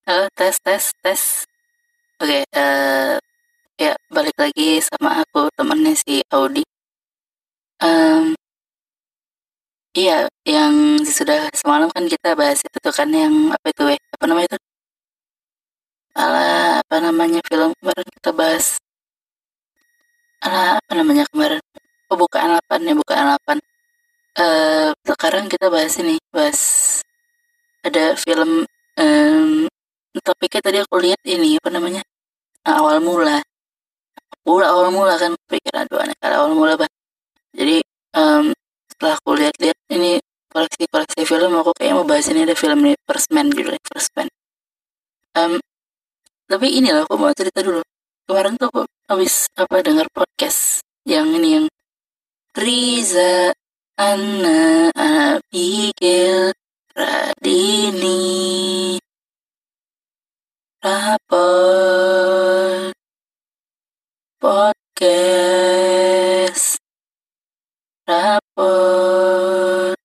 Halo, tes, tes, tes. Oke, ya balik lagi sama aku temennya si Audi. Em, iya, yang sudah semalam kan kita bahas itu tuh kan yang apa itu apa namanya itu? Apa namanya film kemarin kita bahas? Apa namanya kemarin? Oh, bukaan 8 ya, bukaan 8. Sekarang kita bahas ini, bahas ada film topiknya tadi aku lihat ini apa namanya? Awal mula. Awal mula kan pikir aduh aneh kali awal mula. Jadi setelah aku lihat-lihat ini koleksi-koleksi film, aku kayaknya mau bahas ini ada film nih First Man judulnya First Man. Em, tapi ini loh aku mau cerita dulu. Kemarin tuh aku habis apa dengar podcast yang ini yang Riza Anna Abigail Radini Rapor Podcast Rapor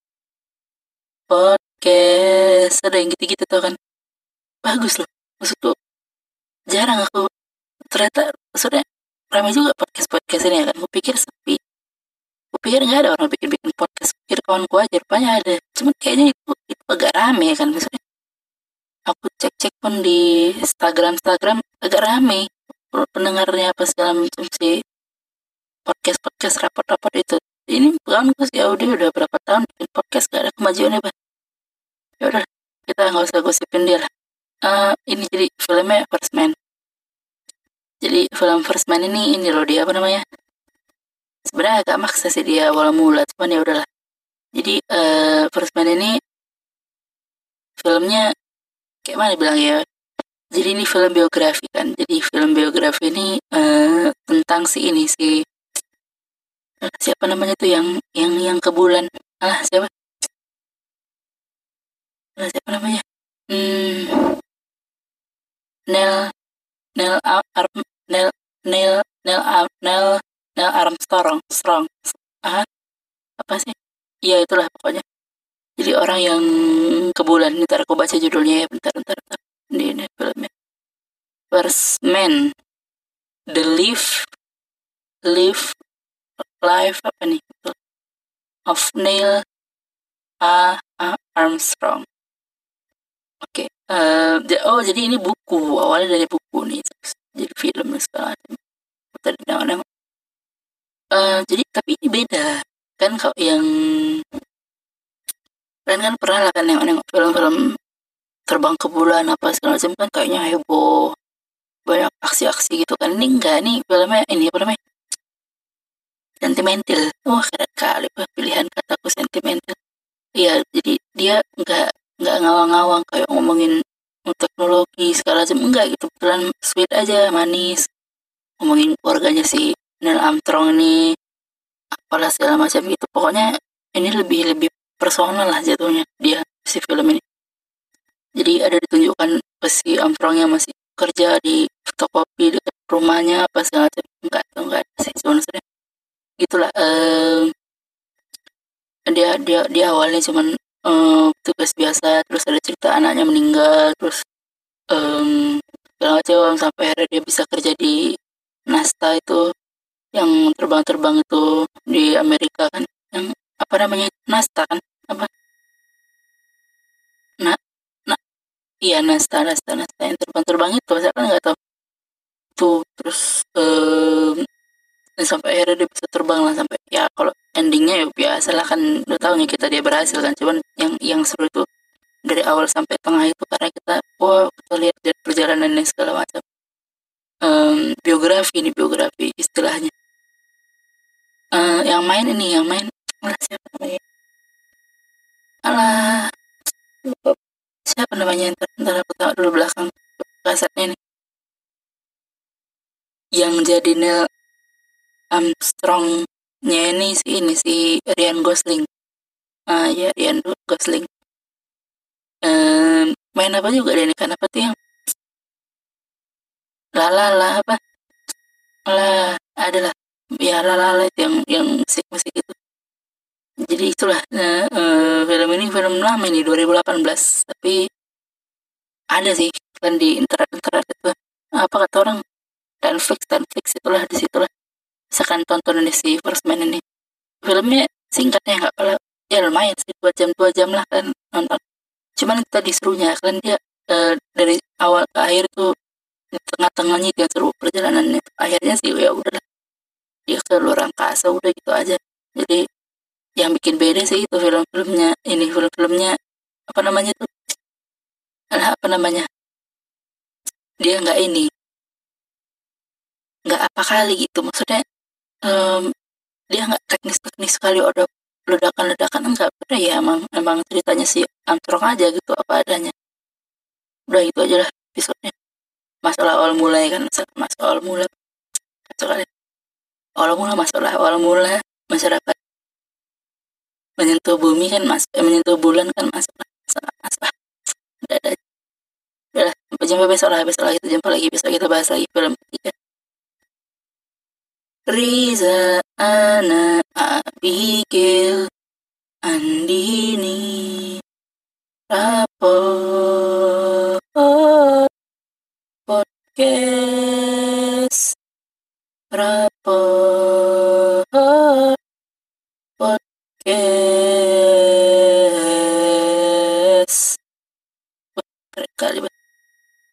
Podcast ada yang gitu-gitu tuh kan, bagus loh maksudku. Jarang aku ternyata maksudnya ramai juga podcast podcast ini ya kan. Aku pikir sepi, aku pikir nggak ada orang bikin bikin podcast, pikir kawanku aja rupanya ada. Cuman kayaknya itu agak rame ya kan. Maksudnya aku cek cek pun di Instagram Instagram agak rame pendengarnya apa segala macam si podcast podcast raport raport itu. Ini kawanku si Audi udah berapa tahun bikin podcast gak ada kemajuannya bah. Ya udah, kita nggak usah gosipin dia lah. Ini jadi filmnya First Man. Jadi film First Man ini loh dia apa namanya? Sebenarnya agak maksa sih dia awal mula, cuman ya udahlah. Jadi First Man ini filmnya kayak mana bilang ya? Jadi ini film biografi kan. Jadi film biografi ini tentang si ini si siapa namanya tuh yang ke bulan. Siapa? Siapa namanya? Hmm, Neil Neil Neil Neil Neil Neil Neil Armstrong Strong. Ah, apa sih? Iya itulah pokoknya. Jadi orang yang ke bulan. Ntar aku baca judulnya ya. Bentar. Ini filmnya. First Man. The Live Life apa nih? Of Neil Armstrong. Oke. Oh jadi ini buku. Awalnya dari buku nih. Terus jadi film dan segala macam. Tadi nengok-nengok. Jadi tapi ini beda. Kan kalau yang kalian kan pernah lah kan nengok-nengok film-film terbang ke bulan apa segala macam kan kayaknya heboh, banyak aksi-aksi gitu kan. Ini enggak, nih filmnya ini apa namanya, sentimental. Wah keren kali pilihan kataku sentimental. Iya jadi dia enggak ngawang-ngawang kayak ngomongin teknologi segala macam, enggak gitu, beneran sweet aja, manis, ngomongin keluarganya si Neil Armstrong ini apalah segala macam gitu. Pokoknya ini lebih lebih personal lah jatuhnya dia si film ini. Jadi ada ditunjukkan si Armstrongnya masih kerja di fotokopi dekat rumahnya apa segala macam. Enggak ada sih sebenarnya. Gitulah. Dia awalnya cuman tugas biasa, terus ada cerita anaknya meninggal, terus segala macam sampai akhirnya dia bisa kerja di NASA itu, yang terbang-terbang itu di Amerika kan, yang apa namanya NASA kan, apa nah nah iya NASA yang terbang-terbang itu saya kan nggak tahu tuh. Terus dan sampai akhirnya dia bisa terbang lah, sampai ya kalau endingnya ya biasa lah kan, udah tahunya kita dia berhasil kan. Cuman yang seru itu dari awal sampai tengah itu karena kita kita lihat dari perjalanannya segala macam. Biografi ini biografi istilahnya. Yang main siapa namanya, alah lupa siapa namanya. Ntar aku tahu dulu belakang kasetnya nih. Yang jadi Neil Armstrongnya ini si Ryan Gosling. Ya Ryan Gosling. Main apa juga deh ini kan, apa tuh yang lala apa lah, adalah ya lala itu yang musik musik itu. Jadi itulah film ini film lama ini 2018, tapi ada sih iklan di internet itu, apa kata orang, Netflix itulah, disitulah misalkan tonton ini si First Man ini, filmnya singkatnya nggak pala ya lumayan sih, 2 jam lah kan nonton. Cuman itu tadi serunya kan dia dari awal ke akhir tuh, di tengah-tengahnya itu yang seru perjalanannya, akhirnya sih ya udah, dia ke luar angkasa udah gitu aja. Jadi yang bikin beda sih itu film-filmnya apa namanya tuh, apa namanya, dia nggak apa kali gitu maksudnya, em, dia nggak teknis-teknis sekali ada ledakan-ledakan, enggak, udah ya emang ceritanya si Armstrong aja gitu apa adanya, udah itu aja lah episodenya. Masalah awal mulai kan, masalah awal mula, soalnya awal mula masyarakat menyentuh bumi kan, menyentuh bulan kan, masalah udah ada. Udah lah, sampai jumpa besok lah kita jumpa lagi, besok kita bahas lagi film ketiga. Riza, Ana, Abigail, Andini, Rapor, Podcast, Rapor, Podcast.